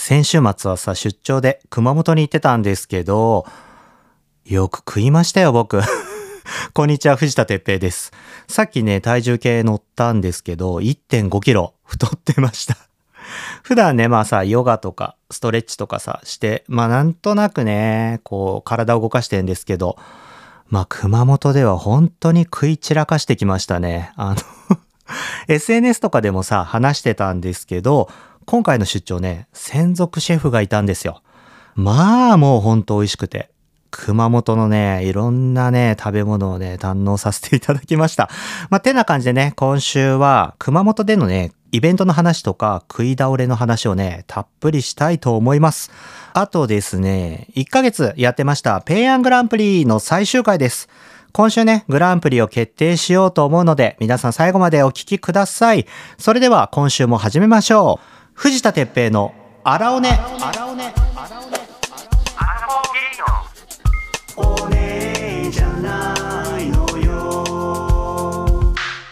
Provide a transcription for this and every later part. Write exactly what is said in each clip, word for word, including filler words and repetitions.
先週末はさ、出張で熊本に行ってたんですけど、よく食いましたよ、僕。こんにちは、藤田哲平です。さっきね、体重計乗ったんですけど、いってんごキロ太ってました。普段ね、まあさ、ヨガとかストレッチとかさ、して、まあなんとなくね、こう、体を動かしてんですけど、まあ熊本では本当に食い散らかしてきましたね。あの、エスエヌエス とかでもさ、話してたんですけど、今回の出張ね、専属シェフがいたんですよ。まあもうほんと美味しくて。熊本のね、いろんなね、食べ物をね、堪能させていただきました。まあ、てな感じでね、今週は熊本でのね、イベントの話とか食い倒れの話をね、たっぷりしたいと思います。あとですね、いっかげつやってましたペイアングランプリの最終回です。今週ね、グランプリを決定しようと思うので、皆さん最後までお聞きください。それでは今週も始めましょう。藤田哲平のあらおね。あらおね。おねじゃないのよ。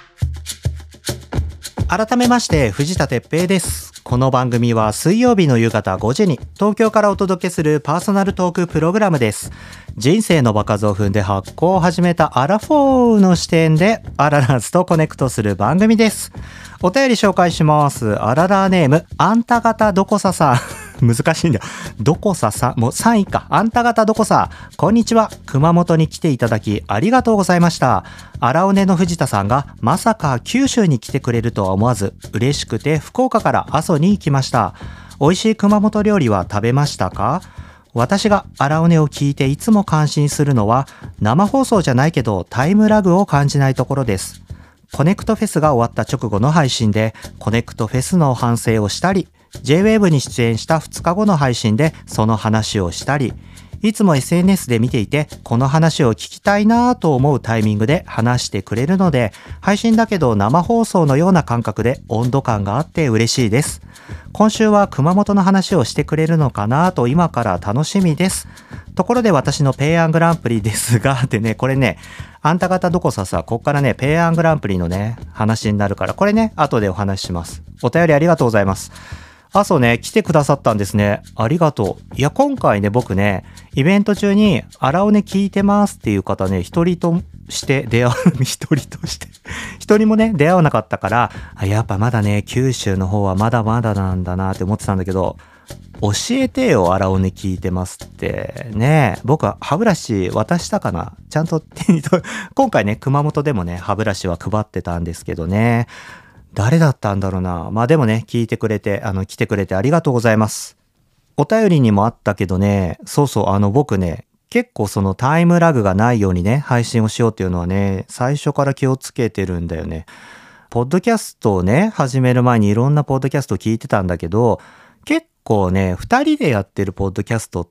改めまして藤田哲平です。この番組は水曜日の夕方ごじに東京からお届けするパーソナルトークプログラムです。人生の場数を踏んで発行を始めたアラフォーの視点でアララーズとコネクトする番組です。お便り紹介します。アララーネームあんた方どこささ難しいんだよ。どこささもうさんいか。あんた方どこさ。こんにちは。熊本に来ていただきありがとうございました。荒尾根の藤田さんがまさか九州に来てくれるとは思わず嬉しくて福岡から阿蘇に行きました。美味しい熊本料理は食べましたか？私が荒尾根を聞いていつも感心するのは生放送じゃないけどタイムラグを感じないところです。コネクトフェスが終わった直後の配信でコネクトフェスの反省をしたり、 ジェイウェーブ に出演したふつかごの配信でその話をしたり、いつも エスエヌエス で見ていてこの話を聞きたいなぁと思うタイミングで話してくれるので、配信だけど生放送のような感覚で温度感があって嬉しいです。今週は熊本の話をしてくれるのかなと今から楽しみです。ところで私のペイアングランプリですがってね、これね、あんた方どこささ、こっからねペイアングランプリのね話になるから、これね後でお話しします。お便りありがとうございます。あ、そうね、来てくださったんですね。ありがとう。いや、今回ね、僕ね、イベント中に、あらおね聞いてますっていう方ね、一人として出会う、一人として、一人もね、出会わなかったから、あ、やっぱまだね、九州の方はまだまだなんだなって思ってたんだけど、教えてよ、あらおね聞いてますってね。僕は歯ブラシ渡したかな、ちゃんと手にと、今回ね、熊本でもね、歯ブラシは配ってたんですけどね。誰だったんだろうな。まあでもね、聞いてくれて、あの、来てくれてありがとうございます。お便りにもあったけどね、そうそう、あの、僕ね、結構そのタイムラグがないようにね、配信をしようっていうのはね、最初から気をつけてるんだよね。ポッドキャストをね、始める前にいろんなポッドキャストを聞いてたんだけど、結構ね、二人でやってるポッドキャストって、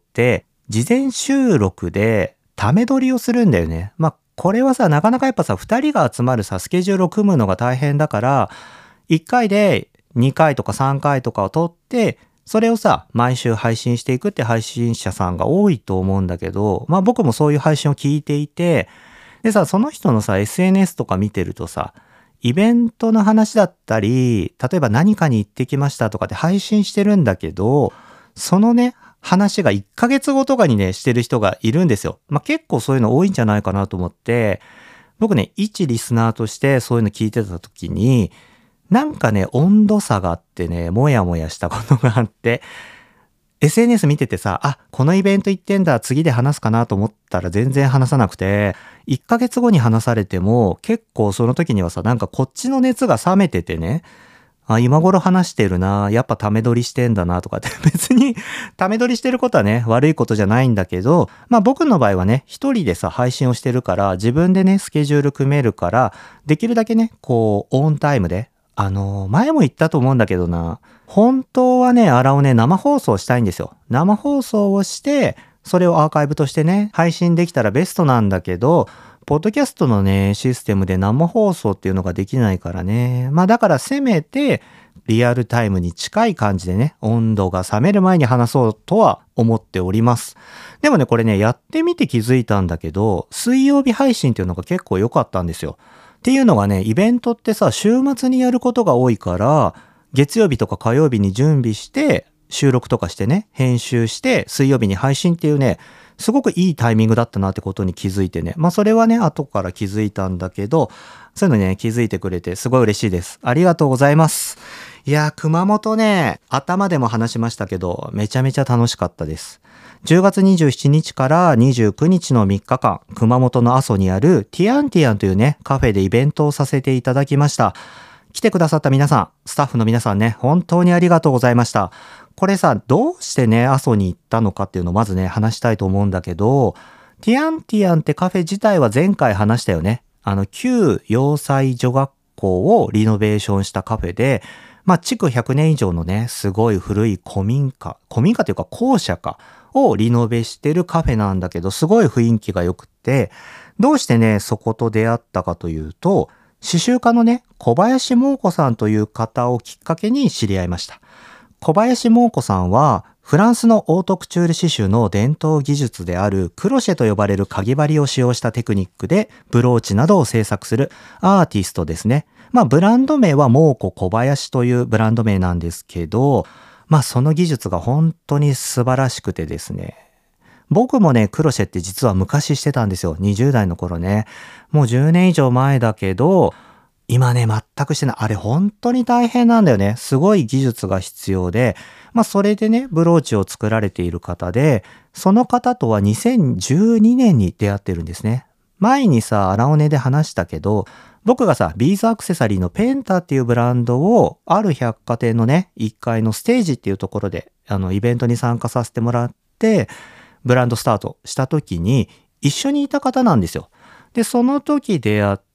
事前収録でため撮りをするんだよね。まあこれはさ、なかなかやっぱさ、二人が集まるさ、スケジュールを組むのが大変だから、いっかいでにかいとかさんかいとかを撮って、それをさ、毎週配信していくって配信者さんが多いと思うんだけど、まあ僕もそういう配信を聞いていて、でさ、その人のさ、エスエヌエス とか見てるとさ、イベントの話だったり、例えば何かに行ってきましたとかって配信してるんだけど、そのね、話がいっかげつごとかにね、してる人がいるんですよ。まあ、結構そういうの多いんじゃないかなと思って、僕ね、一リスナーとしてそういうの聞いてた時に、なんかね、温度差があってね、もやもやしたことがあって、エスエヌエス 見ててさ、あ、このイベント行ってんだ、次で話すかなと思ったら全然話さなくて、いっかげつごに話されても、結構その時にはさ、なんかこっちの熱が冷めててね、あ、今頃話してるな、やっぱため撮りしてんだなとかって、別にため撮りしてることはね、悪いことじゃないんだけど、まあ僕の場合はね、一人でさ、配信をしてるから、自分でね、スケジュール組めるから、できるだけね、こう、オンタイムで、あのー、前も言ったと思うんだけどな、本当はね、あらをね、生放送したいんですよ。生放送をして、それをアーカイブとしてね、配信できたらベストなんだけど、ポッドキャストのね、システムで生放送っていうのができないからね。まあだからせめて、リアルタイムに近い感じでね、温度が冷める前に話そうとは思っております。でもね、これね、やってみて気づいたんだけど、水曜日配信っていうのが結構良かったんですよ。っていうのがね、イベントってさ、週末にやることが多いから、月曜日とか火曜日に準備して、 収録とかしてね、編集して水曜日に配信っていうね、すごくいいタイミングだったなってことに気づいてね。まあそれはね、後から気づいたんだけど、そういうのにね、気づいてくれてすごい嬉しいです。ありがとうございます。いやー、熊本ね、頭でも話しましたけど、めちゃめちゃ楽しかったです。じゅうがつにじゅうしちにちからにじゅうくにちのみっかかん、熊本の阿蘇にあるティアンティアンというね、カフェでイベントをさせていただきました。来てくださった皆さん、スタッフの皆さんね、本当にありがとうございました。これさ、どうしてね、阿蘇に行ったのかっていうのをまずね、話したいと思うんだけど、ティアンティアンってカフェ自体は前回話したよね。あの、旧洋裁女学校をリノベーションしたカフェで、まあ、築ひゃくねん以上のね、すごい古い古民家、古民家というか校舎か、をリノベしてるカフェなんだけど、すごい雰囲気が良くって、どうしてね、そこと出会ったかというと、刺繍家のね、小林桃子さんという方をきっかけに知り合いました。小林桃子さんは、フランスのオートクチュール刺繍の伝統技術であるクロシェと呼ばれるかぎ針を使用したテクニックでブローチなどを制作するアーティストですね。まあブランド名は桃子小林というブランド名なんですけど、まあその技術が本当に素晴らしくてですね。僕もね、クロシェって実は昔してたんですよ。にじゅうだいの頃ね。もうじゅうねん以上前だけど、今ね、全くしてない。あれ本当に大変なんだよね。すごい技術が必要で、まあそれでね、ブローチを作られている方で、その方とはにせんじゅうにねんに出会ってるんですね。前にさ、アラオネで話したけど、僕がさ、ビーズアクセサリーのペンタっていうブランドを、ある百貨店のね、いっかいのステージっていうところで、あの、イベントに参加させてもらって、ブランドスタートした時に、一緒にいた方なんですよ。で、その時出会って、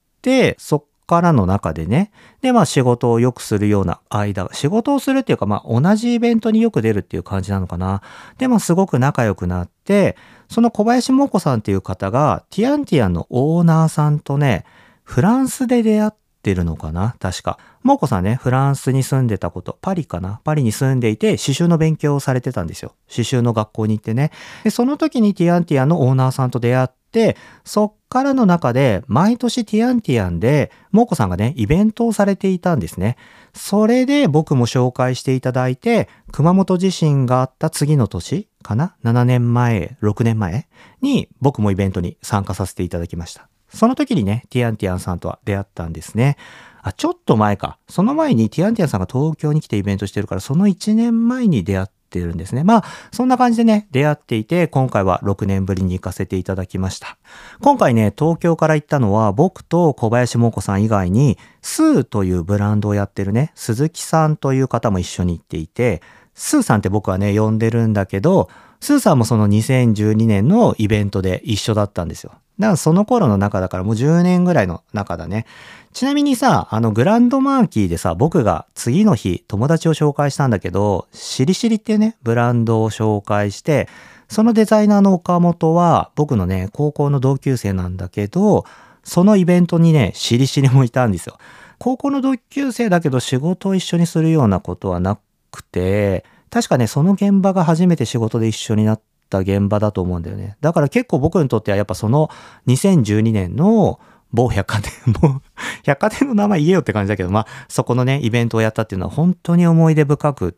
そっからの中でね、で、まあ仕事をよくするような間、仕事をするっていうか、まあ同じイベントによく出るっていう感じなのかな。でもすごく仲良くなって、その小林桃子さんっていう方が、ティアンティアンのオーナーさんとね、フランスで出会ってるのかな確か。桃子さんね、フランスに住んでたこと、パリかなパリに住んでいて、刺繍の勉強をされてたんですよ。刺繍の学校に行ってね。で、その時にティアンティアンのオーナーさんと出会って、そっからの中で、毎年ティアンティアンで、桃子さんがね、イベントをされていたんですね。それで僕も紹介していただいて、熊本地震があった次の年かな ?ななねんまえ、ろくねんまえに僕もイベントに参加させていただきました。その時にね、ティアンティアンさんとは出会ったんですね。あ、ちょっと前か。その前にティアンティアンさんが東京に来てイベントしてるから、そのいちねんまえに出会ってるんですね。まあ、そんな感じでね、出会っていて、今回はろくねんぶりに行かせていただきました。今回ね、東京から行ったのは、僕と小林桃子さん以外に、スーというブランドをやってるね、鈴木さんという方も一緒に行っていて、スーさんって僕はね、呼んでるんだけど、スーさんもそのにせんじゅうにねんのイベントで一緒だったんですよ。だからその頃の中だからもうじゅうねんぐらいの中だね。ちなみにさ、あのグランドマーキーでさ、僕が次の日友達を紹介したんだけど、しりしりっていうね、ブランドを紹介して、そのデザイナーの岡本は僕のね、高校の同級生なんだけど、そのイベントにね、しりしりもいたんですよ。高校の同級生だけど仕事を一緒にするようなことはなくて、確かね、その現場が初めて仕事で一緒になった現場だと思うんだよね。だから結構僕にとってはやっぱそのにせんじゅうにねんの某百貨店、もう百貨店の名前言えよって感じだけど、まあそこのね、イベントをやったっていうのは本当に思い出深くって、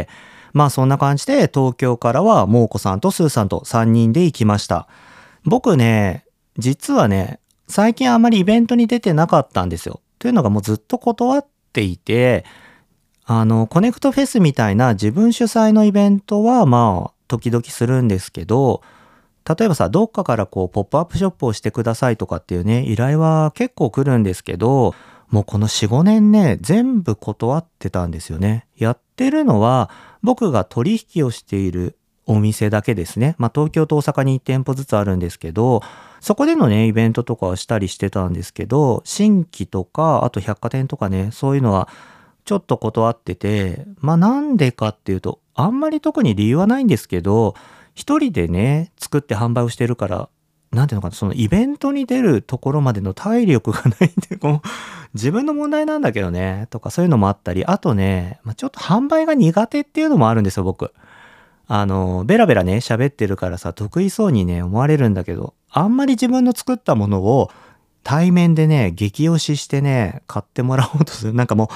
まあそんな感じで東京からは桃子さんとスーさんとさんにんで行きました。僕ね、実はね、最近あまりイベントに出てなかったんですよ。というのがもうずっと断っていて、あの、コネクトフェスみたいな自分主催のイベントはまあ、時々するんですけど、例えばさ、どっかからこう、ポップアップショップをしてくださいとかっていうね、依頼は結構来るんですけど、もうこのよん、ごねんね、全部断ってたんですよね。やってるのは、僕が取引をしているお店だけですね。まあ、東京と大阪にいち店舗ずつあるんですけど、そこでのね、イベントとかはしたりしてたんですけど、新規とか、あと百貨店とかね、そういうのは、ちょっと断ってて、まあなんでかっていうと、あんまり特に理由はないんですけど、一人でね、作って販売をしてるから、なんていうのかな、そのイベントに出るところまでの体力がないんで、こう、自分の問題なんだけどね、とかそういうのもあったり、あとね、まあ、ちょっと販売が苦手っていうのもあるんですよ、僕。あの、ベラベラね、喋ってるからさ、得意そうにね、思われるんだけど、あんまり自分の作ったものを対面でね、激推ししてね、買ってもらおうとする。なんかもう、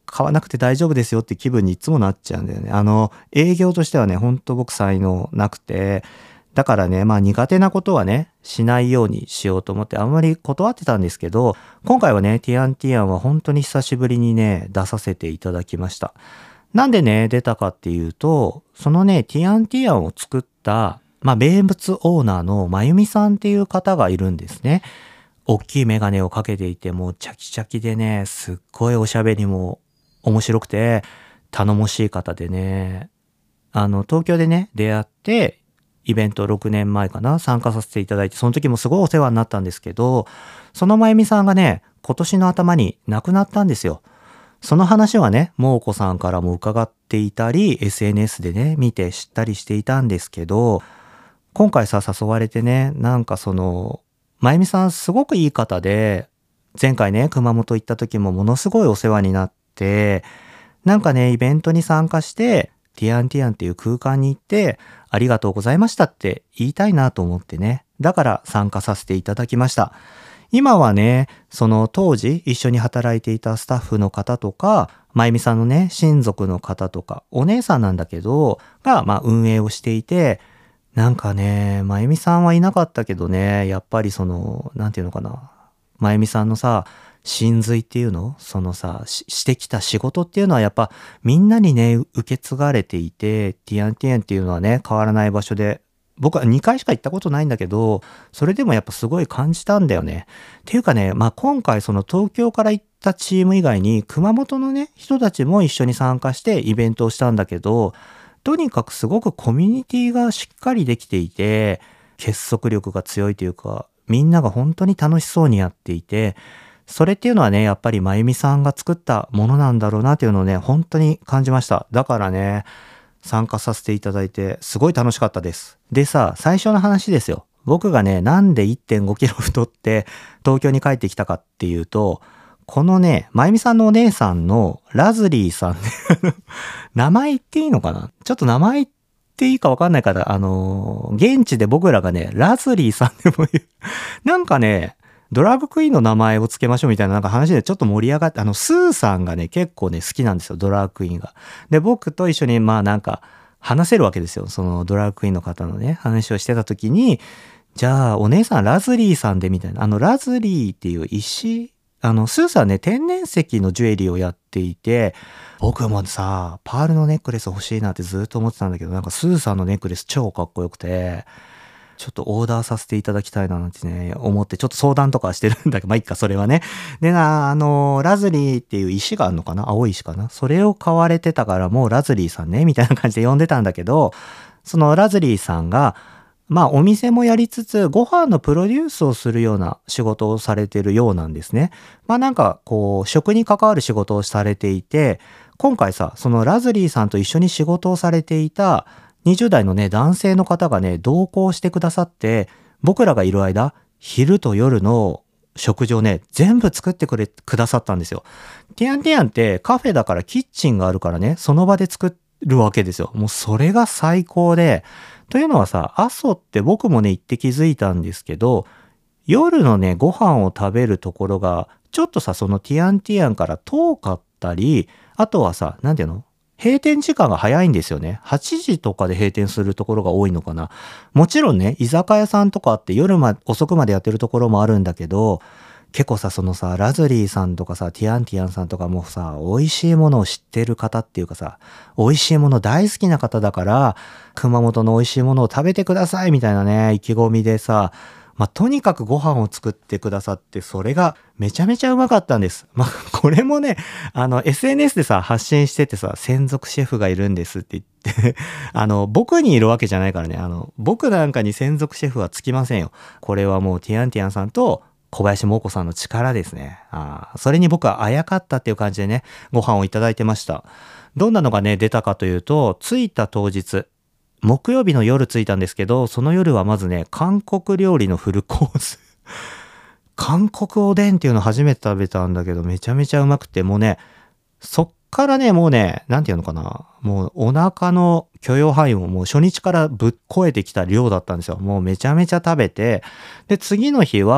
買わなくて大丈夫ですよって気分にいつもなっちゃうんだよね。あの、営業としてはね、ほんと僕才能なくて、だからね、まあ苦手なことはね、しないようにしようと思ってあんまり断ってたんですけど、今回はね、ティアンティアンは本当に久しぶりにね、出させていただきました。なんでね、出たかっていうと、そのね、ティアンティアンを作った、まあ名物オーナーのまゆみさんっていう方がいるんですね。大きいメガネをかけていて、もうチャキチャキでね、すっごいおしゃべりも面白くて、頼もしい方でね、あの、東京でね、出会って、イベントろくねんまえかな、参加させていただいて、その時もすごいお世話になったんですけど、そのまゆみさんがね、今年の頭に亡くなったんですよ。その話はね、もうこさんからも伺っていたり、エスエヌエス でね、見て知ったりしていたんですけど、今回さ、誘われてね、なんかその、まゆみさんすごくいい方で、前回ね、熊本行った時もものすごいお世話になって、なんかね、イベントに参加して、ティアンティアンっていう空間に行って、ありがとうございましたって言いたいなと思ってね。だから参加させていただきました。今はね、その当時一緒に働いていたスタッフの方とか、まゆみさんのね、親族の方とか、お姉さんなんだけど、が、まあ運営をしていて、なんかね、まゆみさんはいなかったけどね、やっぱりその、なんていうのかな。まゆみさんのさ、真髄っていうのそのさし、してきた仕事っていうのはやっぱみんなにね、受け継がれていて、ティアンティアンっていうのはね、変わらない場所で、僕はにかいしか行ったことないんだけど、それでもやっぱすごい感じたんだよね。っていうかね、まあ今回その東京から行ったチーム以外に、熊本のね、人たちも一緒に参加してイベントをしたんだけど、とにかくすごくコミュニティがしっかりできていて、結束力が強いというか、みんなが本当に楽しそうにやっていて、それっていうのはね、やっぱりまゆみさんが作ったものなんだろうなっていうのをね、本当に感じました。だからね、参加させていただいて、すごい楽しかったです。でさ、最初の話ですよ。僕がね、なんでいってんごキロ太って東京に帰ってきたかっていうと、このね、まゆみさんのお姉さんのラズリーさんね、名前言っていいのかな？ちょっと名前言っていいかわかんないから、あのー、現地で僕らがね、ラズリーさんでも言う。なんかね、ドラァグクイーンの名前をつけましょうみたいななんか話でちょっと盛り上がって、あの、スーさんがね、結構ね、好きなんですよ、ドラァグクイーンが。で、僕と一緒に、まあなんか、話せるわけですよ。そのドラァグクイーンの方のね、話をしてた時に、じゃあ、お姉さんラズリーさんでみたいな。あの、ラズリーっていう石、あの、スーさんね、天然石のジュエリーをやっていて、僕もさ、パールのネックレス欲しいなってずっと思ってたんだけど、なんかスーさんのネックレス超かっこよくて、ちょっとオーダーさせていただきたいななんてね、思って、ちょっと相談とかしてるんだけど、まあいいか、それはね。でな、あの、ラズリーっていう石があるのかな？青い石かな？それを買われてたから、もうラズリーさんね、みたいな感じで呼んでたんだけど、そのラズリーさんが、まあお店もやりつつ、ご飯のプロデュースをするような仕事をされてるようなんですね。まあなんか、こう、食に関わる仕事をされていて、今回さ、そのラズリーさんと一緒に仕事をされていた、にじゅう代のね、男性の方がね、同行してくださって、僕らがいる間、昼と夜の食事をね、全部作ってくれ、くださったんですよ。ティアンティアンってカフェだからキッチンがあるからね、その場で作るわけですよ。もうそれが最高で、というのはさ、阿蘇って僕もね、行って気づいたんですけど、夜のね、ご飯を食べるところが、ちょっとさ、そのティアンティアンから遠かったり、あとはさ、なんていうの？閉店時間が早いんですよね。はちじとかで閉店するところが多いのかな。もちろんね、居酒屋さんとかって夜ま、遅くまでやってるところもあるんだけど、結構さ、そのさ、ラズリーさんとかさ、ティアンティアンさんとかもさ、美味しいものを知ってる方っていうかさ、美味しいもの大好きな方だから、熊本の美味しいものを食べてくださいみたいなね、意気込みでさ、まあ、とにかくご飯を作ってくださって、それがめちゃめちゃうまかったんです。まあ、これもね、あの、エスエヌエス でさ、発信しててさ、専属シェフがいるんですって言って、あの、僕にいるわけじゃないからね、あの、僕なんかに専属シェフはつきませんよ。これはもうティアンティアンさんと小林桃子さんの力ですね。あそれに僕はあやかったっていう感じでね、ご飯をいただいてました。どんなのがね、出たかというと、着いた当日、木曜日の夜着いたんですけど、その夜はまずね、韓国料理のフルコース。韓国おでんっていうの初めて食べたんだけど、めちゃめちゃうまくて、もうね、そっからね、もうね、なんていうのかな。もうお腹の許容範囲ももう初日からぶっ超えてきた量だったんですよ。もうめちゃめちゃ食べて、で、次の日は、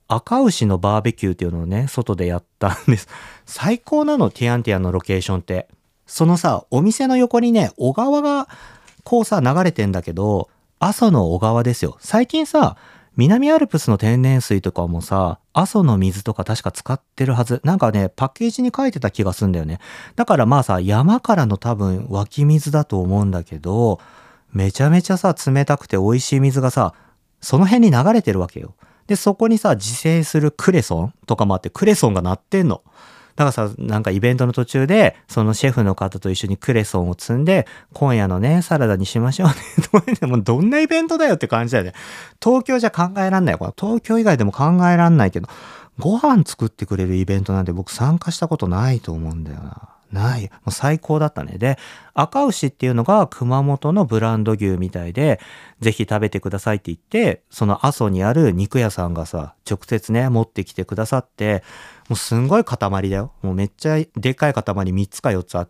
赤牛のバーベキューっていうのをね、外でやったんです。最高なの、ティアンティアンのロケーションって。そのさ、お店の横にね、小川がこうさ、流れてんだけど、阿蘇の小川ですよ。最近さ、南アルプスの天然水とかもさ、阿蘇の水とか確か使ってるはず。なんかね、パッケージに書いてた気がするんだよね。だからまあさ、山からの多分湧き水だと思うんだけど、めちゃめちゃさ、冷たくて美味しい水がさ、その辺に流れてるわけよ。で、そこにさ、自生するクレソンとかもあって、クレソンが鳴ってんの。だからさ、なんかイベントの途中で、そのシェフの方と一緒にクレソンを積んで、今夜のね、サラダにしましょうね。もうどんなイベントだよって感じだよね。東京じゃ考えらんないよ。この東京以外でも考えらんないけど、ご飯作ってくれるイベントなんて僕参加したことないと思うんだよな。ない。もう最高だったね。で、赤牛っていうのが熊本のブランド牛みたいで、ぜひ食べてくださいって言って、その阿蘇にある肉屋さんがさ、直接ね、持ってきてくださって、もうすんごい塊だよ。もうめっちゃでっかい塊みっつかよっつあって、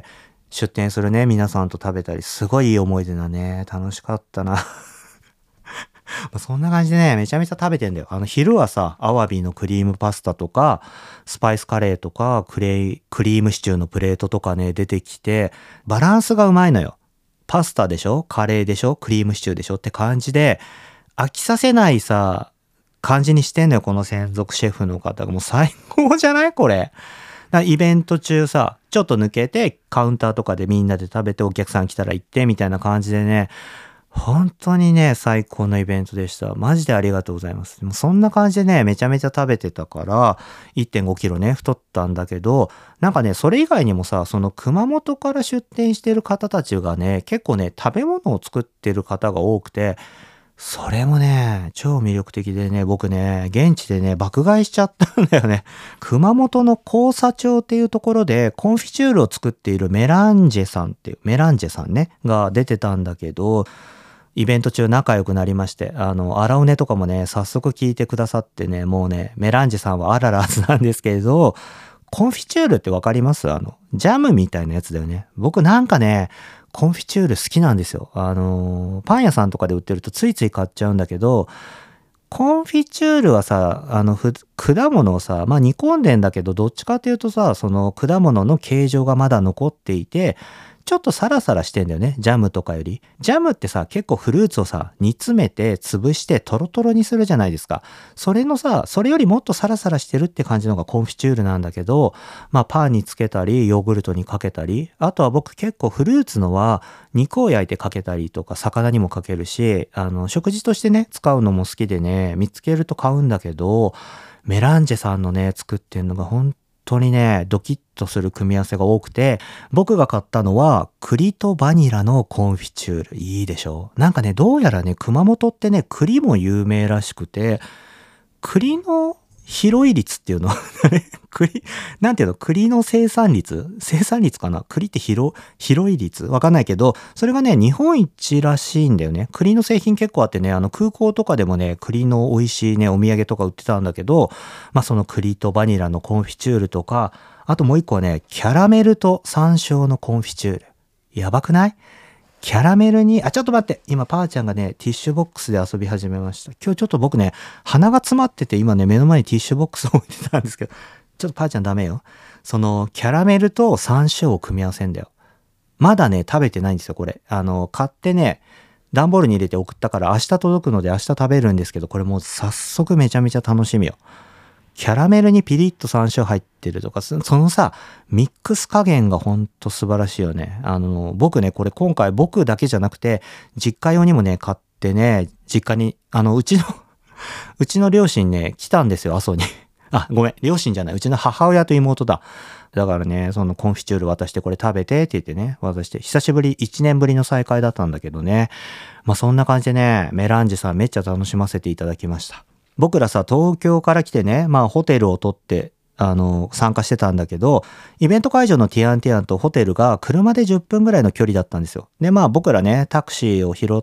出店するね、皆さんと食べたり、すごいいい思い出だね。楽しかったな。そんな感じでね、めちゃめちゃ食べてんだよ。あの、昼はさ、アワビのクリームパスタとか、スパイスカレーとか、クレイ、クリームシチューのプレートとかね、出てきて、バランスがうまいのよ。パスタでしょ？カレーでしょ？クリームシチューでしょ？って感じで、飽きさせないさ、感じにしてんのよ、この専属シェフの方が。もう最高じゃない？これ。だからイベント中さ、ちょっと抜けて、カウンターとかでみんなで食べて、お客さん来たら行って、みたいな感じでね、本当にね、最高のイベントでした。マジでありがとうございます。もうそんな感じでね、めちゃめちゃ食べてたから、いってんごキロね、太ったんだけど、なんかね、それ以外にもさ、その熊本から出店してる方たちがね、結構ね、食べ物を作ってる方が多くて、それもね、超魅力的でね、僕ね、現地でね、爆買いしちゃったんだよね。熊本の甲佐町っていうところで、コンフィチュールを作っているメランジェさんっていう、メランジェさんね、が出てたんだけど、イベント中仲良くなりまして、あの、荒尾根とかもね、早速聞いてくださってね、もうね、メランジェさんはあららずなんですけれど、コンフィチュールってわかります？あの、ジャムみたいなやつだよね。僕なんかね、コンフィチュール好きなんですよ。あの、パン屋さんとかで売ってるとついつい買っちゃうんだけど、コンフィチュールはさ、あの、ふ、果物をさ、まあ煮込んでんだけど、どっちかっていうとさ、その果物の形状がまだ残っていて、ちょっとサラサラしてんだよね。ジャムとかより。ジャムってさ、結構フルーツをさ、煮詰めて潰してトロトロにするじゃないですか。それのさ、それよりもっとサラサラしてるって感じのがコンフィチュールなんだけど、まあパンにつけたり、ヨーグルトにかけたり、あとは僕結構フルーツのは肉を焼いてかけたりとか、魚にもかけるし、あの、食事としてね、使うのも好きでね、見つけると買うんだけど、メランジェさんのね、作ってんのが本当にね、ドキッとする組み合わせが多くて、僕が買ったのは栗とバニラのコンフィチュール。いいでしょ？なんかね、どうやらね、熊本ってね、栗も有名らしくて、栗の広い率っていうの栗、なんていうの？栗の生産率生産率かな？栗って広、広い率わかんないけど、それがね、日本一らしいんだよね。栗の製品結構あってね、あの空港とかでもね、栗の美味しいね、お土産とか売ってたんだけど、まあその栗とバニラのコンフィチュールとか、あともう一個はね、キャラメルと山椒のコンフィチュール。やばくない？キャラメルに、あ、ちょっと待って。今、パーちゃんがね、ティッシュボックスで遊び始めました。今日ちょっと僕ね、鼻が詰まってて、今ね、目の前にティッシュボックスを置いてたんですけど、ちょっとパーちゃんダメよ。その、キャラメルと山椒を組み合わせんだよ。まだね、食べてないんですよ、これ。あの、買ってね、段ボールに入れて送ったから明日届くので明日食べるんですけど、これもう早速めちゃめちゃ楽しみよ。キャラメルにピリッと山椒入ってるとか、そのさ、ミックス加減がほんと素晴らしいよね。あの、僕ね、これ今回僕だけじゃなくて、実家用にもね、買ってね、実家に、あの、うちのうちの両親ね、来たんですよ、阿蘇に。あ、ごめん、両親じゃない、うちの母親と妹だ。だからね、そのコンフィチュール渡してこれ食べてって言ってね、渡して、久しぶり、いちねんぶりの再会だったんだけどね。まあそんな感じでね、メランジさんめっちゃ楽しませていただきました。僕らさ、東京から来てね、まあホテルを取って、あの、参加してたんだけど、イベント会場のティアンティアンとホテルが車でじゅっぷんぐらいの距離だったんですよ。で、まあ僕らね、タクシーを拾って、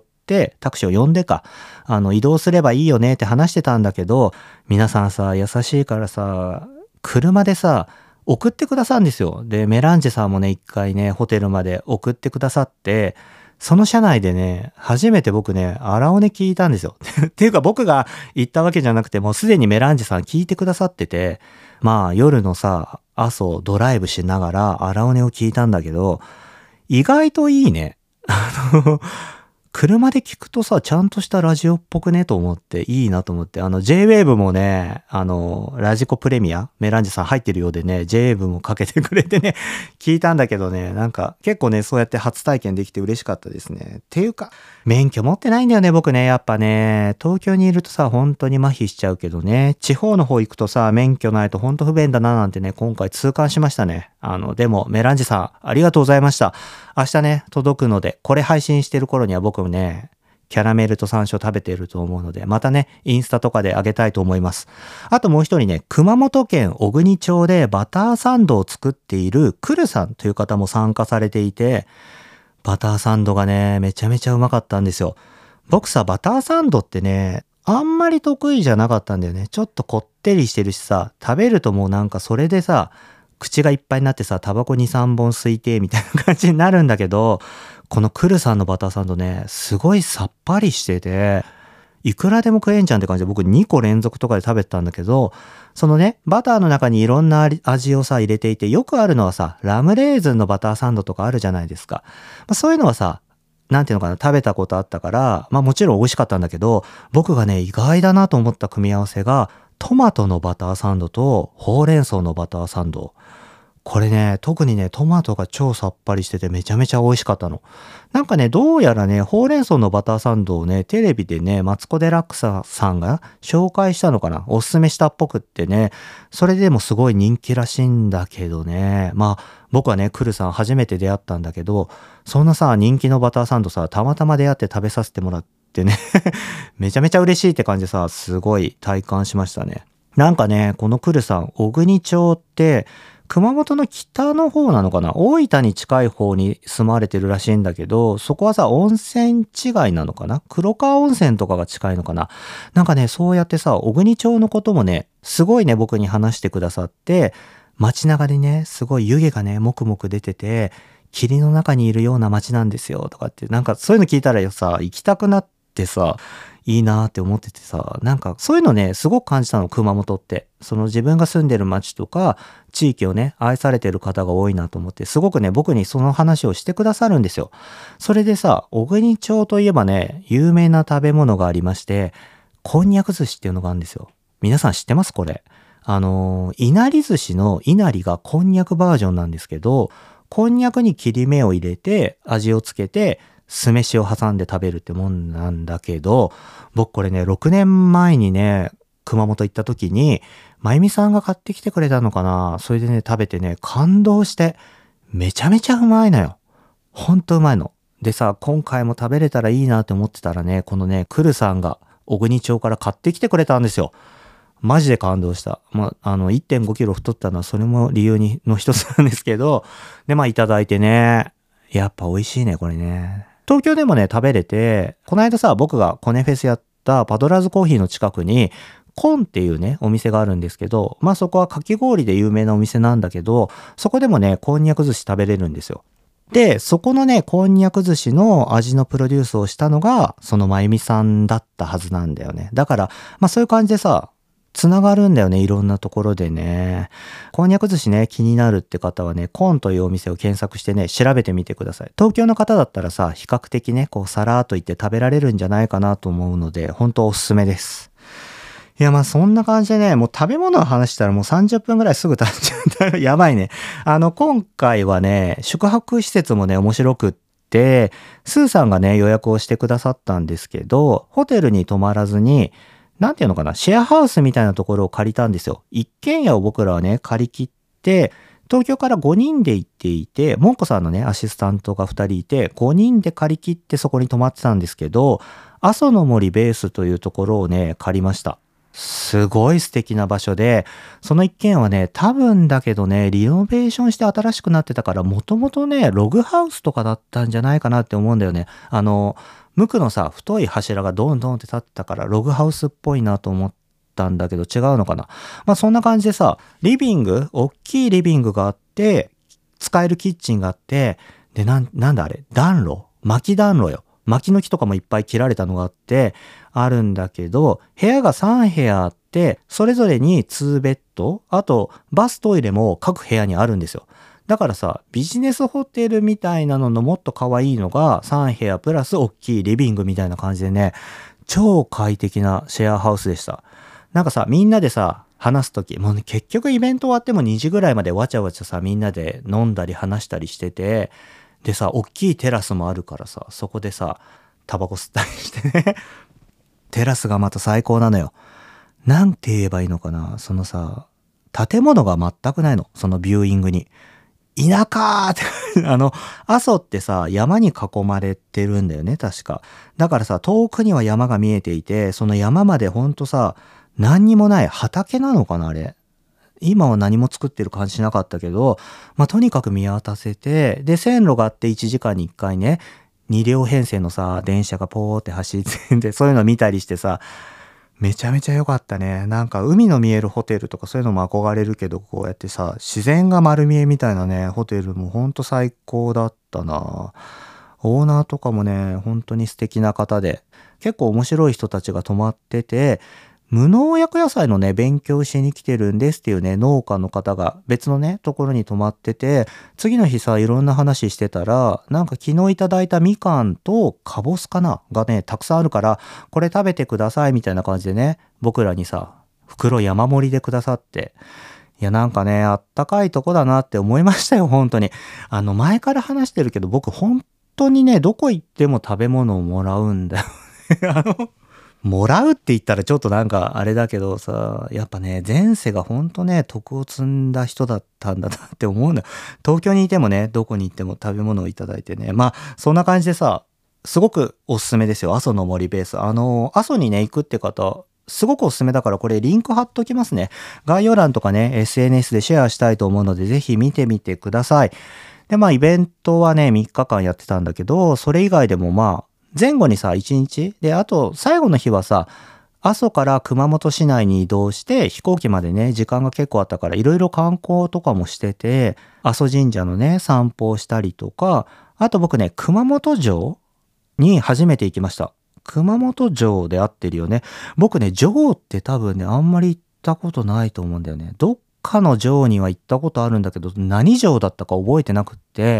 タクシーを呼んでか、あの、移動すればいいよねって話してたんだけど、皆さんさ、優しいからさ、車でさ、送ってくださるんですよ。で、メランジェさんもね、一回ね、ホテルまで送ってくださって、 その車内でね、初めて僕ね、荒尾根聞いたんですよ。っていうか僕が言ったわけじゃなくて、もうすでにメランジさん聞いてくださってて、まあ夜のさ、朝をドライブしながら荒尾根を聞いたんだけど、意外といいね。あの、車で聞くとさ、ちゃんとしたラジオっぽくねと思って、いいなと思って、あの J-ウェーブ もね、あの、ラジコプレミア、メランジさん入ってるようでね、J-ウェーブ もかけてくれてね、聞いたんだけどね、なんか結構ね、そうやって初体験できて嬉しかったですね。っていうか、免許持ってないんだよね、僕ね、やっぱね、東京にいるとさ、本当に麻痺しちゃうけどね、地方の方行くとさ、免許ないと本当不便だななんてね、今回痛感しましたね。あの、でも、メランジさん、ありがとうございました。明日ね、届くので、これ配信してる頃には僕もね、キャラメルと山椒食べていると思うので、またね、インスタとかであげたいと思います。あともう一人ね、熊本県小国町でバターサンドを作っているクルさんという方も参加されていて、バターサンドがね、めちゃめちゃうまかったんですよ。僕さ、バターサンドってね、あんまり得意じゃなかったんだよね。ちょっとこってりしてるしさ、食べるともうなんかそれでさ、口がいっぱいになってさ、タバコに、さんぼん吸いてみたいな感じになるんだけど、このクルさんのバターサンドね、すごいさっぱりしてて、いくらでも食えんじゃんって感じで僕にこ連続とかで食べてたんだけど、そのね、バターの中にいろんな味をさ入れていて、よくあるのはさ、ラムレーズンのバターサンドとかあるじゃないですか。まあ、そういうのはさ、なんていうのかな、食べたことあったから、まあもちろん美味しかったんだけど、僕がね、意外だなと思った組み合わせが、トマトのバターサンドとほうれん草のバターサンド。これね、特にね、トマトが超さっぱりしててめちゃめちゃ美味しかったの。なんかね、どうやらね、ほうれん草のバターサンドをね、テレビでね、マツコ・デラックスさんが紹介したのかな、おすすめしたっぽくってね、それでもすごい人気らしいんだけどね、まあ、僕はね、クルさん初めて出会ったんだけど、そんなさ、人気のバターサンドさ、たまたま出会って食べさせてもらってね、めちゃめちゃ嬉しいって感じでさ、すごい体感しましたね。なんかね、このクルさん、小国町って、熊本の北の方なのかな、大分に近い方に住まれてるらしいんだけど、そこはさ、温泉地街なのかな、黒川温泉とかが近いのかな、なんかね、そうやってさ、小国町のこともね、すごいね、僕に話してくださって、街中でね、すごい湯気がね、もくもく出てて、霧の中にいるような街なんですよ、とかって、なんかそういうの聞いたらさ、行きたくなってさ、いいなーって思っててさ、なんかそういうのね、すごく感じたの、熊本って。その自分が住んでる町とか、地域をね、愛されてる方が多いなと思って、すごくね、僕にその話をしてくださるんですよ。それでさ、小国町といえばね、有名な食べ物がありまして、こんにゃく寿司っていうのがあるんですよ。皆さん知ってますこれ。あのー、いなり寿司のいなりがこんにゃくバージョンなんですけど、こんにゃくに切り目を入れて、味をつけて、酢飯を挟んで食べるってもんなんだけど、僕これね、ろくねんまえにね、熊本行った時に、まゆみさんが買ってきてくれたのかな。それでね、食べてね、感動して、めちゃめちゃうまいのよ。ほんとうまいの。でさ、今回も食べれたらいいなって思ってたらね、このね、クルさんが小国町から買ってきてくれたんですよ。マジで感動した。まあ、あの、いってんごキロ太ったのはそれも理由にの一つなんですけど、で、まあいただいてね、やっぱ美味しいね、これね。東京でもね、食べれて、この間さ、僕がコネフェスやったパドラーズコーヒーの近くに、コンっていうね、お店があるんですけど、まあそこはかき氷で有名なお店なんだけど、そこでもね、こんにゃく寿司食べれるんですよ。で、そこのね、こんにゃく寿司の味のプロデュースをしたのが、そのまゆみさんだったはずなんだよね。だから、まあそういう感じでさ、つながるんだよね、いろんなところでね。こんにゃく寿司ね、気になるって方はね、コーンというお店を検索してね、調べてみてください。東京の方だったらさ、比較的ね、こう、さらーっと言って食べられるんじゃないかなと思うので、本当おすすめです。いや、まあそんな感じでね、もう食べ物の話したらもうさんじゅっぷんぐらいすぐ経っちゃった。やばいね。あの、今回はね、宿泊施設もね、面白くって、スーさんがね、予約をしてくださったんですけど、ホテルに泊まらずに、なんていうのかな、シェアハウスみたいなところを借りたんですよ。一軒家を僕らはね、借り切って、東京からごにんで行っていて、もんこさんのね、アシスタントがふたりいて、ごにんで借り切ってそこに泊まってたんですけど、阿蘇の森ベースというところをね、借りました。すごい素敵な場所で、その一軒家はね、多分だけどね、リノベーションして新しくなってたから、もともとね、ログハウスとかだったんじゃないかなって思うんだよね。あの、無垢のさ、太い柱がドンドンって立ってたから、ログハウスっぽいなと思ったんだけど、違うのかな。まあそんな感じでさ、リビング、大きいリビングがあって、使えるキッチンがあって、で、なん、なんだあれ、暖炉薪暖炉よ。薪の木とかもいっぱい切られたのがあって、あるんだけど、部屋がさん部屋あって、それぞれににベッド、あとバストイレも各部屋にあるんですよ。だからさ、ビジネスホテルみたいなののもっと可愛いのがさん部屋プラス大きいリビングみたいな感じでね、超快適なシェアハウスでした。なんかさ、みんなでさ、話すとき、もうね、結局イベント終わってもにじぐらいまでわちゃわちゃさ、みんなで飲んだり話したりしてて、でさ、大きいテラスもあるからさ、そこでさ、タバコ吸ったりしてね。テラスがまた最高なのよ。なんて言えばいいのかな。そのさ、建物が全くないの。そのビューイングに。田舎ってあの、阿蘇ってさ、山に囲まれてるんだよね、確か。だからさ、遠くには山が見えていて、その山までほんとさ、何にもない畑なのかな、あれ。今は何も作ってる感じしなかったけど、まあ、とにかく見渡せて、で、線路があっていちじかんにいっかいね、に両編成のさ、電車がポーって走ってて、そういうの見たりしてさ、めちゃめちゃ良かったね。なんか海の見えるホテルとかそういうのも憧れるけど、こうやってさ、自然が丸見えみたいなね、ホテルもほんと最高だったな。オーナーとかもね、本当に素敵な方で、結構面白い人たちが泊まってて、無農薬野菜のね、勉強しに来てるんですっていうね、農家の方が別のね、ところに泊まってて、次の日さ、いろんな話してたら、なんか昨日いただいたみかんとかぼすかながね、たくさんあるから、これ食べてくださいみたいな感じでね、僕らにさ、袋山盛りでくださって、いやなんかね、あったかいとこだなって思いましたよ、本当に。あの、前から話してるけど、僕本当にね、どこ行っても食べ物をもらうんだよね。あの、もらうって言ったらちょっとなんかあれだけどさ、やっぱね、前世がほんとね、徳を積んだ人だったんだなって思うんだよ。東京にいてもね、どこに行っても食べ物をいただいてね。まあ、そんな感じでさ、すごくおすすめですよ。阿蘇の森ベース。あの、阿蘇にね、行くって方、すごくおすすめだからこれリンク貼っときますね。概要欄とかね、エスエヌエス でシェアしたいと思うので、ぜひ見てみてください。で、まあ、イベントはね、みっかかんやってたんだけど、それ以外でもまあ、前後にさ、いちにちで、あと、最後の日はさ、阿蘇から熊本市内に移動して、飛行機までね、時間が結構あったから、いろいろ観光とかもしてて、阿蘇神社のね、散歩をしたりとか、あと僕ね、熊本城に初めて行きました。熊本城で合ってるよね。僕ね、城って多分ね、あんまり行ったことないと思うんだよね。どっかの城には行ったことあるんだけど、何城だったか覚えてなくって、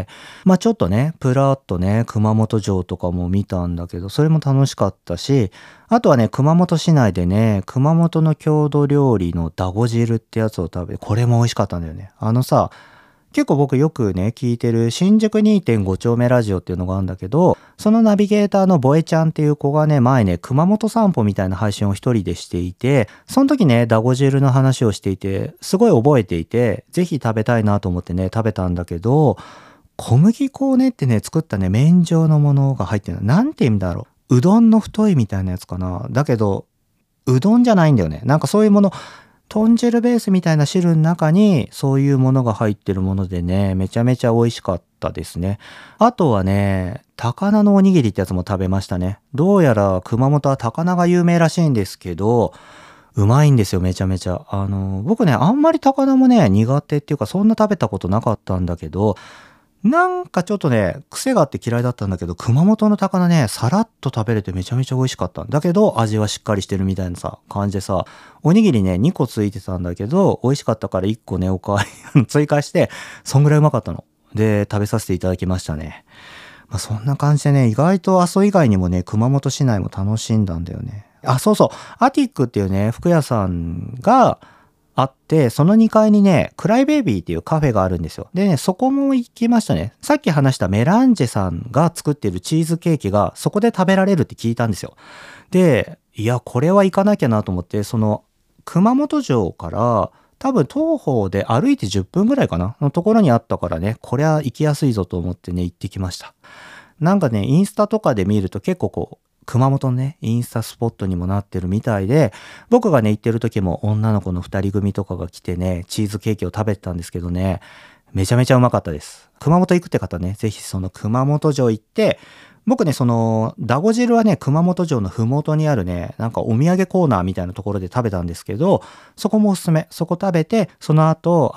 まあちょっとね、プラッとね、熊本城とかも見たんだけど、それも楽しかったし、あとはね、熊本市内でね、熊本の郷土料理のだご汁ってやつを食べて、これも美味しかったんだよね。あのさ、結構僕よくね、聞いてる新宿 にてんご 丁目ラジオっていうのがあるんだけど、そのナビゲーターのボエちゃんっていう子がね、前ね、熊本散歩みたいな配信を一人でしていて、その時ね、だご汁の話をしていて、すごい覚えていて、ぜひ食べたいなと思ってね、食べたんだけど、小麦粉を練ってね、作ったね、麺状のものが入ってるの。なんて意味だろう。うどんの太いみたいなやつかな。だけど、うどんじゃないんだよね。なんかそういうもの、豚汁ベースみたいな汁の中にそういうものが入ってるものでね、めちゃめちゃ美味しかったですね。あとはね、高菜のおにぎりってやつも食べましたね。どうやら熊本は高菜が有名らしいんですけど、うまいんですよ、めちゃめちゃ。あの、僕ね、あんまり高菜もね、苦手っていうか、そんな食べたことなかったんだけど、なんかちょっとね、癖があって嫌いだったんだけど、熊本の高菜ね、さらっと食べれてめちゃめちゃ美味しかったんだけど、味はしっかりしてるみたいなさ、感じでさ、おにぎりね、にこついてたんだけど、美味しかったからいっこね、おかわり追加して、そんぐらいうまかったの。で、食べさせていただきましたね。まあそんな感じでね、意外と阿蘇以外にもね、熊本市内も楽しんだんだよね。あ、そうそう、アティックっていうね、服屋さんが、あって、そのにかいにね、クライベイビーっていうカフェがあるんですよ。でね、そこも行きましたね。さっき話したメランジェさんが作ってるチーズケーキがそこで食べられるって聞いたんですよ。で、いや、これは行かなきゃなと思って、その、熊本城から多分東方で歩いてじゅっぷんぐらいかなのところにあったからね、これは行きやすいぞと思ってね、行ってきました。なんかね、インスタとかで見ると結構こう、熊本のね、インスタスポットにもなってるみたいで、僕がね、行ってる時も女の子の二人組とかが来てね、チーズケーキを食べてたんですけどね、めちゃめちゃうまかったです。熊本行くって方ね、ぜひその熊本城行って、僕ね、その、だご汁はね、熊本城のふもとにあるね、なんかお土産コーナーみたいなところで食べたんですけど、そこもおすすめ。そこ食べて、その後、アティッ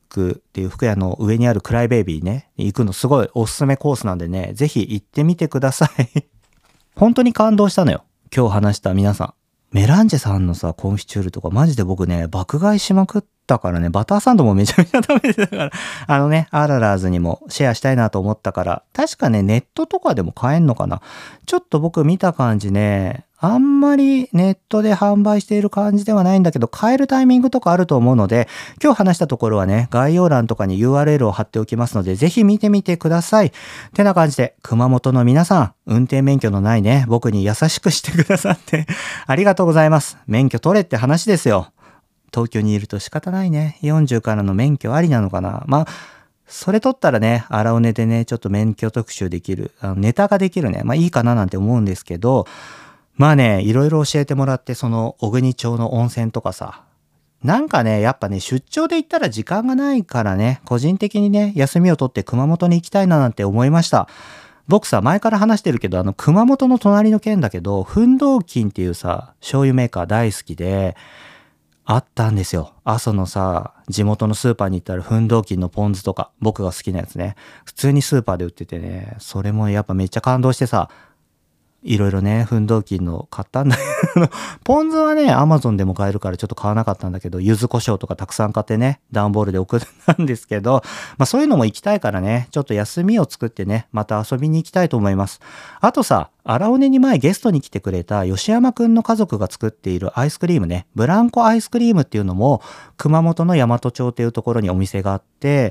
クっていう服屋の上にあるクライベイビーね、行くのすごいおすすめコースなんでね、ぜひ行ってみてください。本当に感動したのよ。今日話した皆さん。メランジェさんのさ、コンフィチュールとかマジで僕ね、爆買いしまくったからね、バターサンドもめちゃめちゃ食べてたから、あのね、アララーズにもシェアしたいなと思ったから、確かね、ネットとかでも買えんのかな。ちょっと僕見た感じね、あんまりネットで販売している感じではないんだけど、買えるタイミングとかあると思うので、今日話したところはね、概要欄とかに ユーアールエル を貼っておきますので、ぜひ見てみてください。てな感じで、熊本の皆さん、運転免許のないね、僕に優しくしてくださって、ありがとうございます。免許取れって話ですよ。東京にいると仕方ないね。よんじゅうからの免許ありなのかな。まあ、それ取ったらね、荒尾根でね、ちょっと免許特集できる、あのネタができるね。まあいいかななんて思うんですけど、まあね、いろいろ教えてもらって、その小国町の温泉とかさ、なんかね、やっぱね、出張で行ったら時間がないからね、個人的にね、休みを取って熊本に行きたいななんて思いました。僕さ、前から話してるけど、あの、熊本の隣の県だけど、奮闘金っていうさ、醤油メーカー大好きで、あったんですよ。阿蘇のさ、地元のスーパーに行ったら奮闘金のポン酢とか、僕が好きなやつね。普通にスーパーで売っててね、それもやっぱめっちゃ感動してさ、いろいろね、奮闘金の買ったんだけど、ポン酢はね、アマゾンでも買えるからちょっと買わなかったんだけど、柚子胡椒とかたくさん買ってね、段ボールで送ったんですけど、まあそういうのも行きたいからね、ちょっと休みを作ってね、また遊びに行きたいと思います。あとさ、荒尾根に前ゲストに来てくれた吉山くんの家族が作っているアイスクリームね、ブランコアイスクリームっていうのも、熊本の大和町っていうところにお店があって、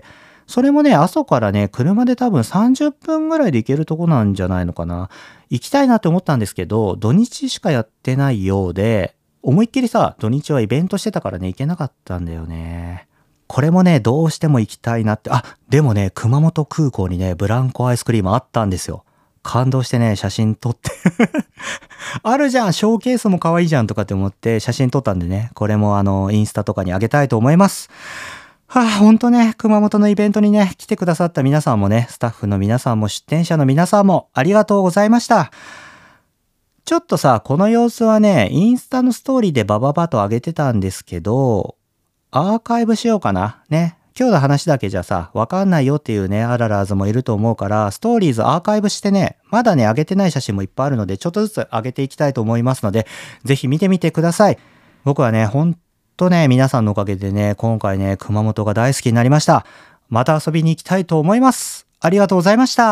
それもね、阿蘇からね、車で多分さんじゅっぷんぐらいで行けるとこなんじゃないのかな。行きたいなって思ったんですけど、土日しかやってないようで、思いっきりさ、土日はイベントしてたからね、行けなかったんだよね。これもね、どうしても行きたいなって、あ、でもね、熊本空港にね、ブランコアイスクリームあったんですよ。感動してね、写真撮って。あるじゃん、ショーケースも可愛いじゃんとかって思って写真撮ったんでね、これもあの、インスタとかにあげたいと思います。はあ、ほんとね、熊本のイベントにね、来てくださった皆さんもね、スタッフの皆さんも出店者の皆さんもありがとうございました。ちょっとさ、この様子はね、インスタのストーリーでバババと上げてたんですけど、アーカイブしようかな。ね。今日の話だけじゃさ、わかんないよっていうね、アララーズもいると思うから、ストーリーズアーカイブしてね、まだね、上げてない写真もいっぱいあるので、ちょっとずつ上げていきたいと思いますので、ぜひ見てみてください。僕はね、ほんとね、皆さんのおかげでね、今回ね、熊本が大好きになりました。また遊びに行きたいと思います。ありがとうございました。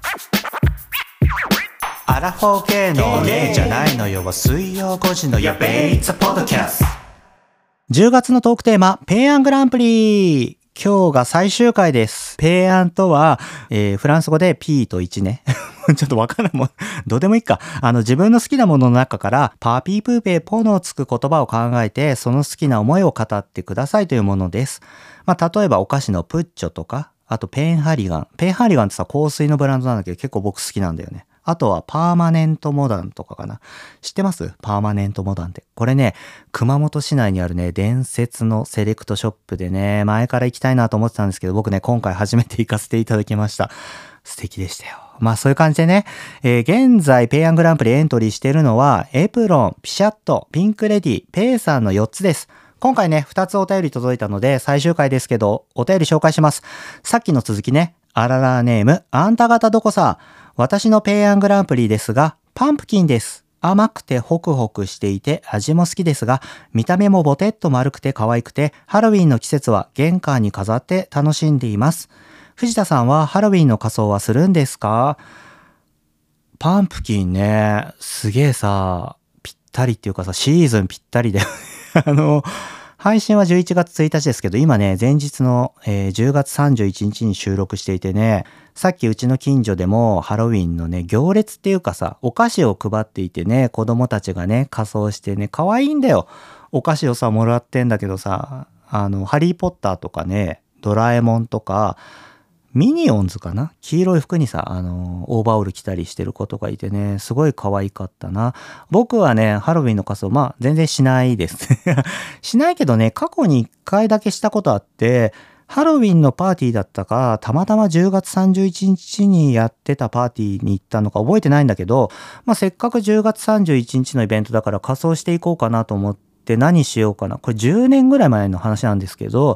アラフォー系の例じゃないのよは水曜ごじのやべえ、It's a podcast。じゅうがつのトークテーマ、ペイアングランプリ。今日が最終回です。ペイアンとは、えー、フランス語で P といちね。ちょっとわからんもん。どうでもいいか。あの、自分の好きなものの中から、パーピープーペーポのつく言葉を考えて、その好きな思いを語ってくださいというものです。まあ、例えばお菓子のプッチョとか、あとペンハリガン。ペンハリガンってさ、香水のブランドなんだけど、結構僕好きなんだよね。あとはパーマネントモダンとかかな。知ってます？パーマネントモダンって。これね、熊本市内にあるね、伝説のセレクトショップでね、前から行きたいなと思ってたんですけど、僕ね、今回初めて行かせていただきました。素敵でしたよ。まあそういう感じでね、えー、現在ペイアングランプリエントリーしているのは、エプロン、ピシャット、ピンクレディ、ペイさんのよっつです。今回ね、ふたつお便り届いたので、最終回ですけど、お便り紹介します。さっきの続きね、あららネーム、あんた方どこさ。私のペイアングランプリですが、パンプキンです。甘くてホクホクしていて味も好きですが、見た目もボテッと丸くて可愛くて、ハロウィンの季節は玄関に飾って楽しんでいます。藤田さんはハロウィンの仮装はするんですか？パンプキンね、すげえさ、ぴったりっていうかさ、シーズンぴったりで。あの、配信はじゅういちがつついたちですけど、今ね、前日の、えー、じゅうがつさんじゅういちにちに収録していてね、さっきうちの近所でもハロウィンのね、行列っていうかさ、お菓子を配っていてね、子供たちがね、仮装してね、可愛いんだよ。お菓子をさ、もらってんだけどさ、あの、ハリーポッターとかね、ドラえもんとか、ミニオンズかな？黄色い服にさ、あの、オーバーオール着たりしてる子とかいてね、すごい可愛かったな。僕はね、ハロウィンの仮装、まあ、全然しないです。しないけどね、過去にいっかいだけしたことあって、ハロウィンのパーティーだったか、たまたまじゅうがつさんじゅういちにちにやってたパーティーに行ったのか覚えてないんだけど、まあ、せっかくじゅうがつさんじゅういちにちのイベントだから仮装していこうかなと思って何しようかな。これじゅうねんぐらい前の話なんですけど、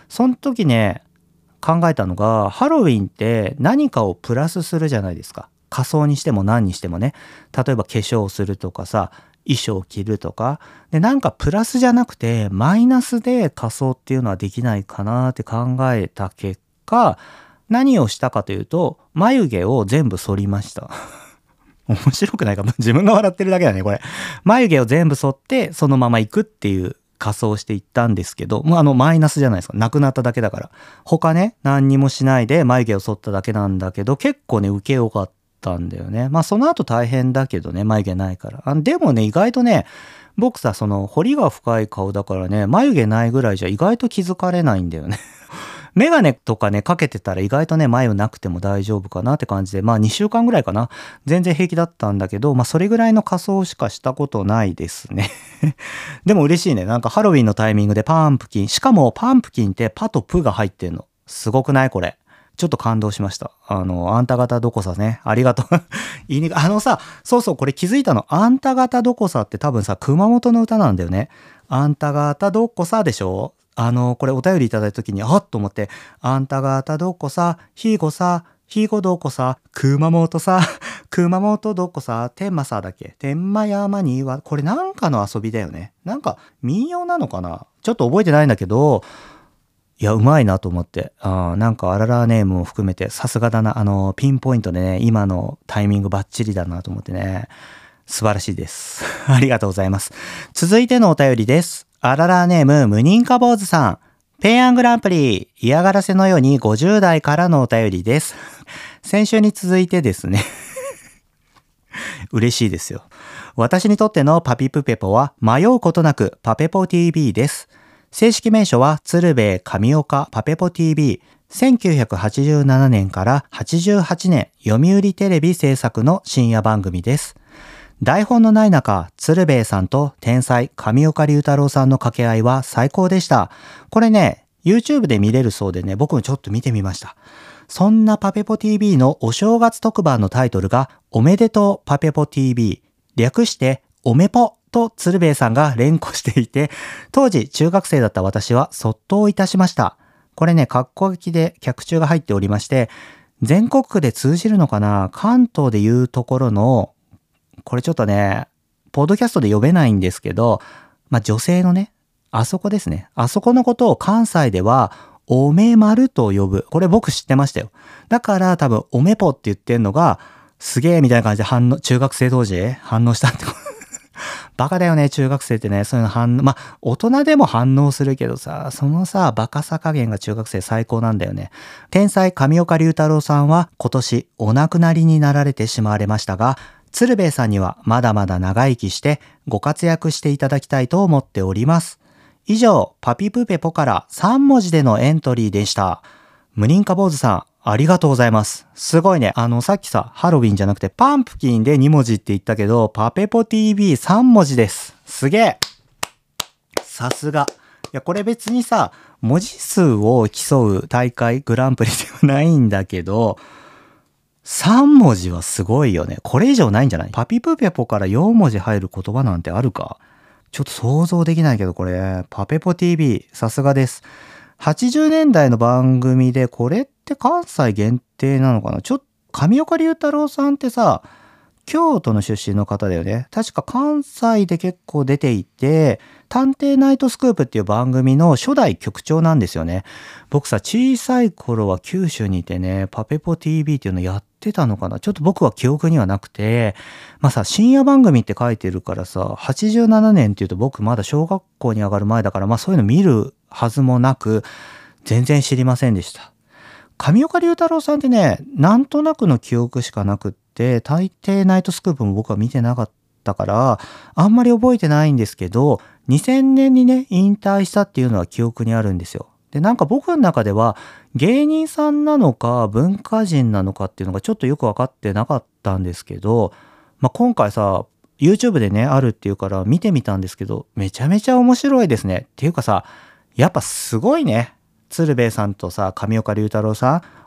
その時ね、考えたのが、ハロウィンって何かをプラスするじゃないですか。仮装にしても何にしてもね。例えば化粧をするとかさ、衣装を着るとか。で、なんかプラスじゃなくて、マイナスで仮装っていうのはできないかなって考えた結果、何をしたかというと、眉毛を全部剃りました。面白くないか、自分が笑ってるだけだね、これ。眉毛を全部剃って、そのまま行くっていう仮装していったんですけど、もうあのマイナスじゃないですか。なくなっただけだから。他ね、何にもしないで眉毛を剃っただけなんだけど、結構ね、受けよかったんだよね。まあその後大変だけどね、眉毛ないから。あでもね、意外とね、僕さ、その彫りが深い顔だからね、眉毛ないぐらいじゃ意外と気づかれないんだよね。メガネとかね、かけてたら意外とね、眉なくても大丈夫かなって感じで、まあにしゅうかんぐらいかな。全然平気だったんだけど、まあそれぐらいの仮装しかしたことないですね。でも嬉しいね。なんかハロウィンのタイミングでパンプキン。しかもパンプキンってパとプが入ってんの。すごくないこれ。ちょっと感動しました。あの、あんた方どこさね。ありがとう。言いにくい。あのさ、そうそう、これ気づいたの。あんた方どこさって多分さ、熊本の歌なんだよね。あんた方どこさでしょ？あの、これお便りいただいた時に、あっと思って、あんた方どこさ、ひいごさ、ひいごどこさ、熊本さ、熊本どこさ、天満さだっけ？天満山には、これなんかの遊びだよね。なんか民謡なのかな？ちょっと覚えてないんだけど、いや、うまいなと思って。あなんか、あららネームも含めて、さすがだな。あの、ピンポイントでね、今のタイミングバッチリだなと思ってね。素晴らしいです。ありがとうございます。続いてのお便りです。あららネーム、無認可坊主さん。ペイアングランプリ、嫌がらせのようにごじゅう代からのお便りです。先週に続いてですね。嬉しいですよ。私にとってのパピプペポは、迷うことなくパペポ ティービー です。正式名称は鶴瓶神岡パペポ ティービー。せんきゅうひゃくはちじゅうななねんからはちじゅうはちねん読売テレビ制作の深夜番組です。台本のない中、鶴瓶さんと天才神岡龍太郎さんの掛け合いは最高でした。これね、YouTube で見れるそうでね、僕もちょっと見てみました。そんなパペポ ティービー のお正月特番のタイトルが、おめでとうパペポ ティービー。略しておめぽと鶴瓶さんが連呼していて、当時中学生だった私はそっといたしました。これね、括弧書きで脚注が入っておりまして、全国区で通じるのかな？関東でいうところの、これちょっとね、ポッドキャストで読めないんですけど、まあ、女性のね、あそこですね。あそこのことを関西では、おめまると呼ぶ。これ僕知ってましたよ。だから多分、おめぽって言ってんのが、すげえみたいな感じで反応、中学生当時反応したってこと。バカだよね、中学生ってね。そういうの反応、まあ、大人でも反応するけどさ、そのさ、バカさ加減が中学生最高なんだよね。天才神岡龍太郎さんは今年お亡くなりになられてしまわれましたが、鶴瓶さんにはまだまだ長生きしてご活躍していただきたいと思っております。以上、パピプペポからさん文字でのエントリーでした。無認可坊主さん、ありがとうございます。すごいね。あの、さっきさ、ハロウィンじゃなくてパンプキンでに文字って言ったけど、パペポ ティービーさん文字です。すげえ。さすが。いや、これ別にさ、文字数を競う大会グランプリではないんだけど、さん文字はすごいよね。これ以上ないんじゃない？パピプペポからよん文字入る言葉なんてあるか？ちょっと想像できないけど、これ、パペポ ティービー、さすがです。はちじゅうねんだいの番組で、これって関西限定なのかな？ちょっと、神岡龍太郎さんってさ、京都の出身の方だよね。確か関西で結構出ていて、探偵ナイトスクープっていう番組の初代局長なんですよね。僕さ、小さい頃は九州にいてね、パペポ ティービー っていうのやってたのかな？ちょっと僕は記憶にはなくて、まあさ、深夜番組って書いてるからさ、はちじゅうななねんっていうと僕まだ小学校に上がる前だから、まあそういうの見るはずもなく、全然知りませんでした。神岡龍太郎さんってね、なんとなくの記憶しかなくって、大抵ナイトスクープも僕は見てなかったから、あんまり覚えてないんですけど、にせんねんにね、引退したっていうのは記憶にあるんですよ。で、なんか僕の中では、芸人さんなのか文化人なのかっていうのがちょっとよくわかってなかったんですけど、まあ、今回さ、YouTube でね、あるっていうから見てみたんですけど、めちゃめちゃ面白いですね。っていうかさ、やっぱすごいね。鶴瓶さんとさ、神岡龍太郎さん、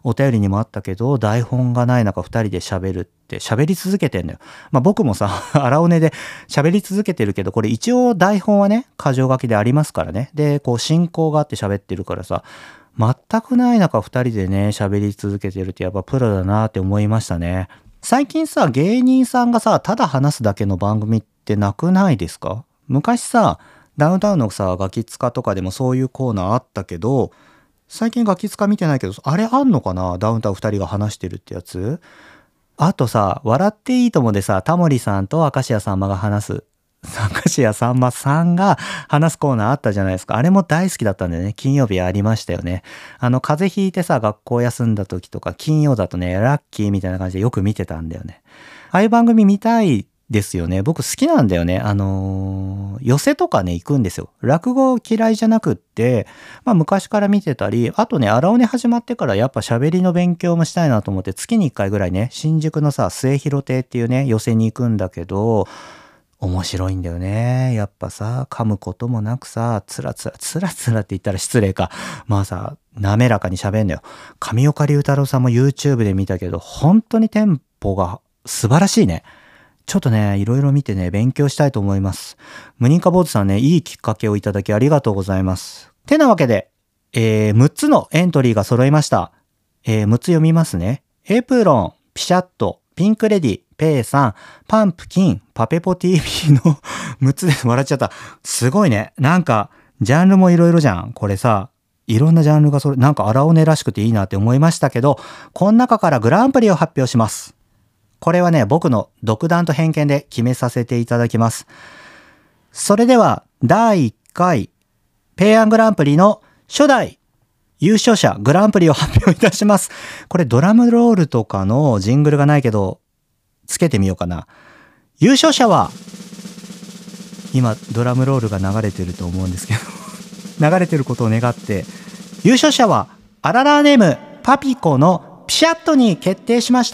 お便りにもあったけど、台本がない中ふたりで喋るって喋り続けてんのよ。まあ僕もさ、荒尾根で喋り続けてるけど、これ一応台本はね、箇条書きでありますからね。で、こう進行があって喋ってるからさ、全くない中ふたりでね、喋り続けてるってやっぱプロだなって思いましたね。最近さ、芸人さんがさ、ただ話すだけの番組ってなくないですか？昔さ、ダウンタウンのさ、ガキ使とかでもそういうコーナーあったけど、最近ガキ使見てないけど、あれあんのかな？ダウンタウンふたりが話してるってやつ。あとさ、笑っていいともでさ、タモリさんと明石家さんまが話す、明石家さんまさんが話すコーナーあったじゃないですか。あれも大好きだったんだよね。金曜日ありましたよね。あの、風邪ひいてさ、学校休んだ時とか、金曜だとね、ラッキーみたいな感じでよく見てたんだよね。ああいう番組見たいですよね。僕好きなんだよね。あのー、寄席とかね、行くんですよ。落語嫌いじゃなくって、まあ昔から見てたり、あとね、荒尾根始まってからやっぱ喋りの勉強もしたいなと思って、月にいっかいぐらいね、新宿のさ、末広亭っていうね、寄席に行くんだけど、面白いんだよね。やっぱさ、噛むこともなくさ、つらつら、つらつらって言ったら失礼か。まあさ、滑らかに喋んのよ。上岡龍太郎さんも YouTube で見たけど、本当にテンポが素晴らしいね。ちょっとね、いろいろ見てね、勉強したいと思います。無認可坊主さんね、いいきっかけをいただきありがとうございます。てなわけで、えー、むっつのエントリーが揃いました。えー、むっつ読みますね。エプロン、ピシャット、ピンクレディ、ペイさん、パンプキン、パペポ ティービー のむっつです。笑っちゃった。すごいね。なんか、ジャンルもいろいろじゃん。これさ、いろんなジャンルがそれ、なんか荒尾根らしくていいなって思いましたけど、この中からグランプリを発表します。これはね、僕の独断と偏見で決めさせていただきます。それでは、だいいっかい、ペイアングランプリの初代優勝者グランプリを発表いたします。これドラムロールとかのジングルがないけど、つけてみようかな。優勝者は、今ドラムロールが流れてると思うんですけど、流れてることを願って、優勝者は、あららネームパピコのピシャットに決定しました。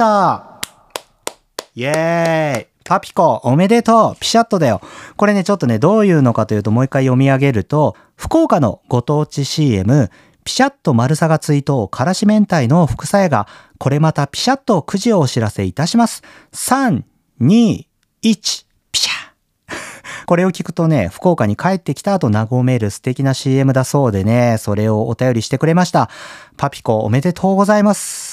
イエーイ、パピコおめでとう、ピシャットだよ。これね、ちょっとね、どういうのかというと、もう一回読み上げると、福岡のご当地 シーエム、ピシャッと丸さが追悼からし明太の副菜が、これまたピシャッとくじをお知らせいたします。さん、に、いち、ピシャこれを聞くとね、福岡に帰ってきた後和める素敵な シーエム だそうでね、それをお便りしてくれました。パピコおめでとうございます。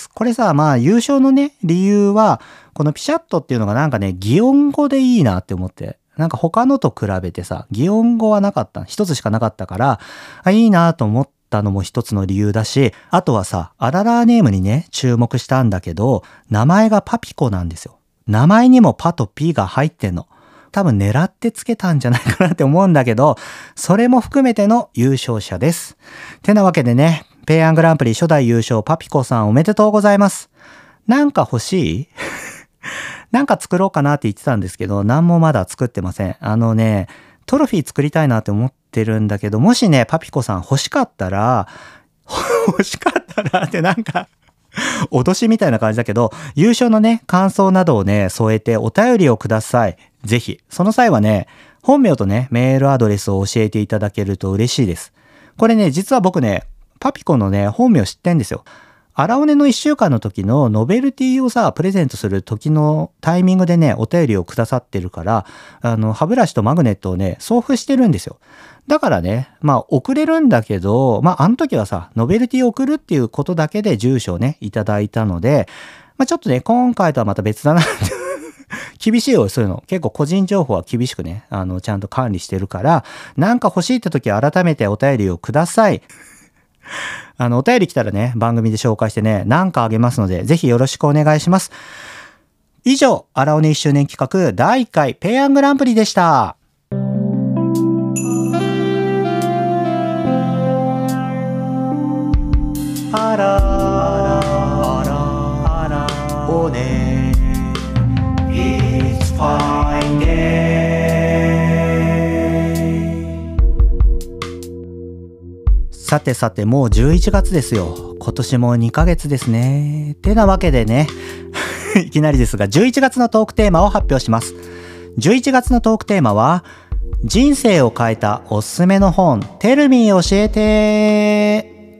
これさ、まあ優勝のね、理由は、このピシャッとっていうのがなんかね、擬音語でいいなって思って。なんか他のと比べてさ、擬音語はなかった。一つしかなかったから、あ、いいなと思ったのも一つの理由だし、あとはさ、あららネームにね、注目したんだけど、名前がパピコなんですよ。名前にもパとピが入ってんの。多分狙ってつけたんじゃないかなって思うんだけど、それも含めての優勝者です。てなわけでね、ペイアングランプリ初代優勝パピコさんおめでとうございます。なんか欲しいなんか作ろうかなって言ってたんですけど、何もまだ作ってません。あのね、トロフィー作りたいなって思ってるんだけど、もしね、パピコさん欲しかったら、欲しかったらってなんか、脅しみたいな感じだけど、優勝のね、感想などをね、添えてお便りをください。ぜひ。その際はね、本名とね、メールアドレスを教えていただけると嬉しいです。これね、実は僕ね、パピコのね、本名知ってんですよ。荒尾根のいっしゅうかんの時のノベルティをさ、プレゼントする時のタイミングでね、お便りをくださってるから、あの、歯ブラシとマグネットをね、送付してるんですよ。だからね、まあ、送れるんだけど、まあ、あの時はさ、ノベルティを送るっていうことだけで住所をね、いただいたので、まあ、ちょっとね、今回とはまた別だな。厳しいよ、そういうの。結構個人情報は厳しくね、あの、ちゃんと管理してるから、なんか欲しいって時は改めてお便りをください。あの、お便り来たらね、番組で紹介してね、なんかあげますので、ぜひよろしくお願いします。以上、荒尾根いっしゅうねん企画だいいっかいペイアングランプリでした。あらあらあらおね It's fine day。 さてさて、もうじゅういちがつですよ。今年もにかげつですね。てなわけでねいきなりですが、じゅういちがつのトークテーマを発表します。じゅういちがつのトークテーマは、人生を変えたおすすめの本、テルミー教えて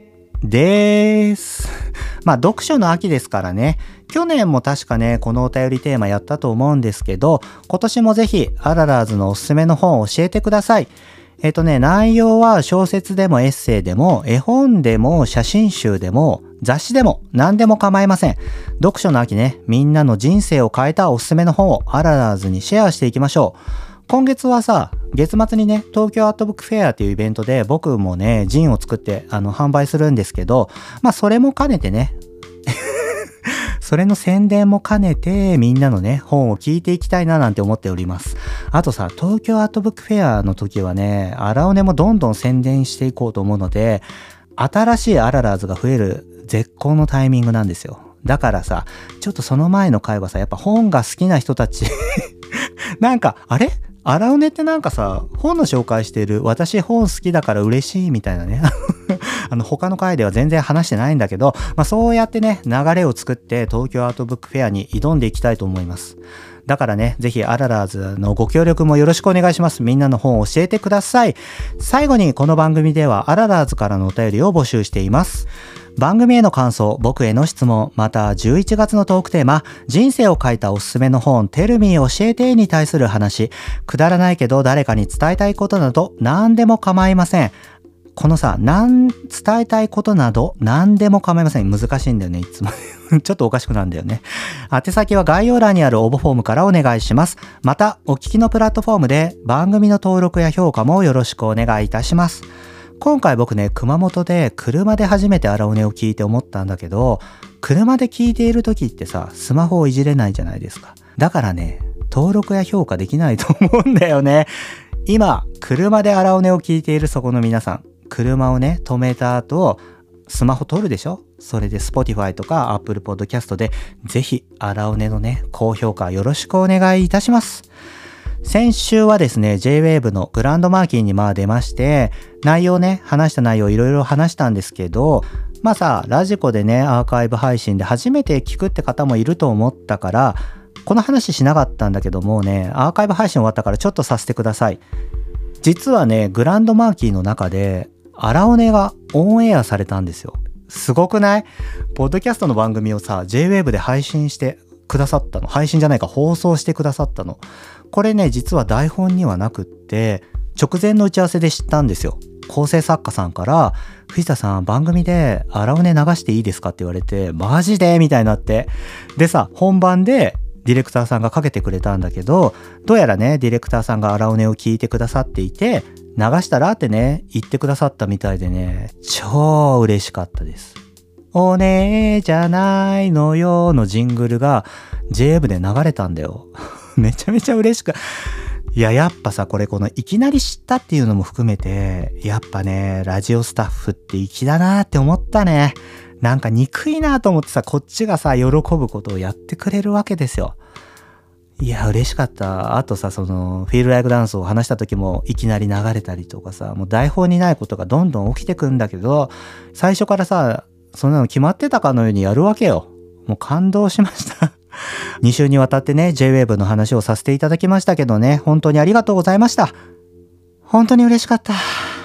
です。まあ読書の秋ですからね。去年も確かねこのお便りテーマやったと思うんですけど、今年もぜひアララーズのおすすめの本を教えてください。えっとね内容は小説でもエッセイでも絵本でも写真集でも雑誌でも何でも構いません。読書の秋ね、みんなの人生を変えたおすすめの本をアララーズにシェアしていきましょう。今月はさ、月末にね東京アートブックフェアっていうイベントで僕もねジンを作ってあの販売するんですけど、まあそれも兼ねてねそれの宣伝も兼ねてみんなのね本を聞いていきたいななんて思っております。あとさ、東京アートブックフェアの時はね荒尾根もどんどん宣伝していこうと思うので、新しいアララーズが増える絶好のタイミングなんですよ。だからさ、ちょっとその前の回はさ、やっぱ本が好きな人たちなんかあれ荒尾根ってなんかさ本の紹介してる、私本好きだから嬉しいみたいなねあの他の回では全然話してないんだけど、まあ、そうやってね流れを作って東京アートブックフェアに挑んでいきたいと思います。だからね、ぜひアララーズのご協力もよろしくお願いします。みんなの本を教えてください。最後にこの番組ではアララーズからのお便りを募集しています。番組への感想、僕への質問、またじゅういちがつのトークテーマ、人生を変えたおすすめの本、テルミー教えてに対する話、くだらないけど誰かに伝えたいことなど何でも構いません。このさ、なん伝えたいことなど何でも構いません。難しいんだよね、いつも。ちょっとおかしくなるんだよね。宛先は概要欄にある応募フォームからお願いします。また、お聞きのプラットフォームで番組の登録や評価もよろしくお願いいたします。今回僕ね、熊本で車で初めて荒尾根を聞いて思ったんだけど、車で聞いている時ってさ、スマホをいじれないじゃないですか。だからね、登録や評価できないと思うんだよね。今、車で荒尾根を聞いているそこの皆さん、車をね、止めた後、スマホ撮るでしょ？それで Spotify とか Apple Podcast で、ぜひ荒尾根のね、高評価よろしくお願いいたします。先週はですね ジェイウェーブ のグランドマーキーにまあ出まして、内容ね話した内容いろいろ話したんですけど、まあさラジコでねアーカイブ配信で初めて聞くって方もいると思ったからこの話しなかったんだけどもね、アーカイブ配信終わったからちょっとさせてください。実はねグランドマーキーの中で荒尾根がオンエアされたんですよ。すごくない？ポッドキャストの番組をさ ジェイウェーブ で配信してくださったの。配信じゃないか放送してくださったの。これね実は台本にはなくって直前の打ち合わせで知ったんですよ。構成作家さんから藤田さん番組で荒尾根流していいですかって言われて、マジでみたいになって、でさ本番でディレクターさんがかけてくれたんだけど、どうやらねディレクターさんが荒尾根を聞いてくださっていて、流したらってね言ってくださったみたいでね、超嬉しかったです。おねーじゃないのよのジングルが ジェイウェーブ で流れたんだよめちゃめちゃ嬉しく、いややっぱさこれこのいきなり知ったっていうのも含めてやっぱねラジオスタッフって粋だなって思ったね。なんか憎いなと思ってさ、こっちがさ喜ぶことをやってくれるわけですよ。いや嬉しかった。あとさそのフィールライクダンスを話した時もいきなり流れたりとかさ、もう台本にないことがどんどん起きてくんだけど、最初からさそんなの決まってたかのようにやるわけよ。もう感動しましたに週にわたってね ジェイウェーブ の話をさせていただきましたけどね、本当にありがとうございました。本当に嬉しかった。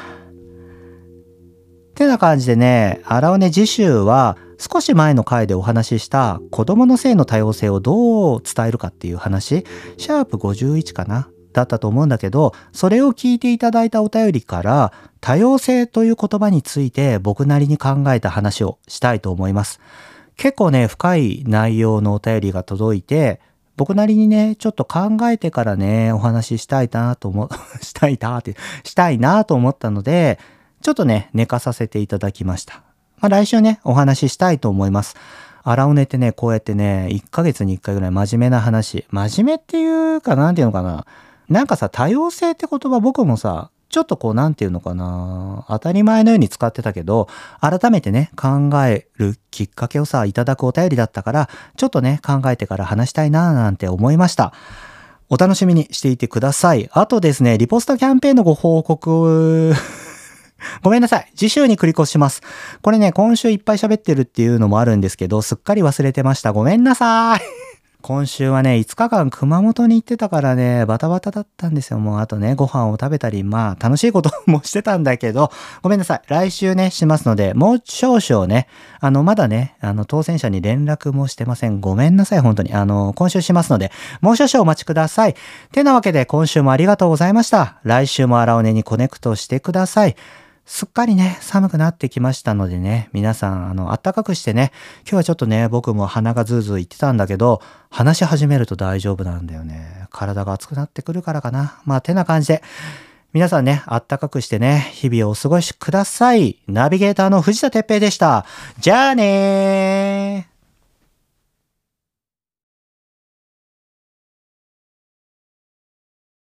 ってな感じでね、荒尾根次週は少し前の回でお話しした子供の性の多様性をどう伝えるかっていう話、シャープごじゅういちかなだったと思うんだけど、それを聞いていただいたお便りから多様性という言葉について僕なりに考えた話をしたいと思います。結構ね深い内容のお便りが届いて、僕なりにねちょっと考えてからねお話ししたいなと思したいなってしたいなと思ったので、ちょっとね寝かさせていただきました。まあ来週ねお話ししたいと思います。荒尾根ってねこうやってねいっかげつにいっかいぐらい真面目な話、真面目っていうかなんていうのかな、なんかさ多様性って言葉僕もさちょっとこうなんていうのかな、当たり前のように使ってたけど、改めてね考えるきっかけをさいただくお便りだったから、ちょっとね考えてから話したいななんて思いました。お楽しみにしていてください。あとですねリポストキャンペーンのご報告ごめんなさい、次週に繰り越します。これね今週いっぱい喋ってるっていうのもあるんですけど、すっかり忘れてました。ごめんなさい今週はね、いつかかん熊本に行ってたからね、バタバタだったんですよ。もうあとね、ご飯を食べたり、まあ楽しいこともしてたんだけど、ごめんなさい。来週ね、しますので、もう少々ね、あの、まだね、あの、当選者に連絡もしてません。ごめんなさい、本当に。あの、今週しますので、もう少々お待ちください。てなわけで、今週もありがとうございました。来週も荒尾根にコネクトしてください。すっかりね、寒くなってきましたのでね、皆さん、あの、暖かくしてね、今日はちょっとね、僕も鼻がズーズー言ってたんだけど、話し始めると大丈夫なんだよね。体が熱くなってくるからかな。まあ、てな感じで、皆さんね、暖かくしてね、日々をお過ごしください。ナビゲーターの藤田哲平でした。じゃあねー。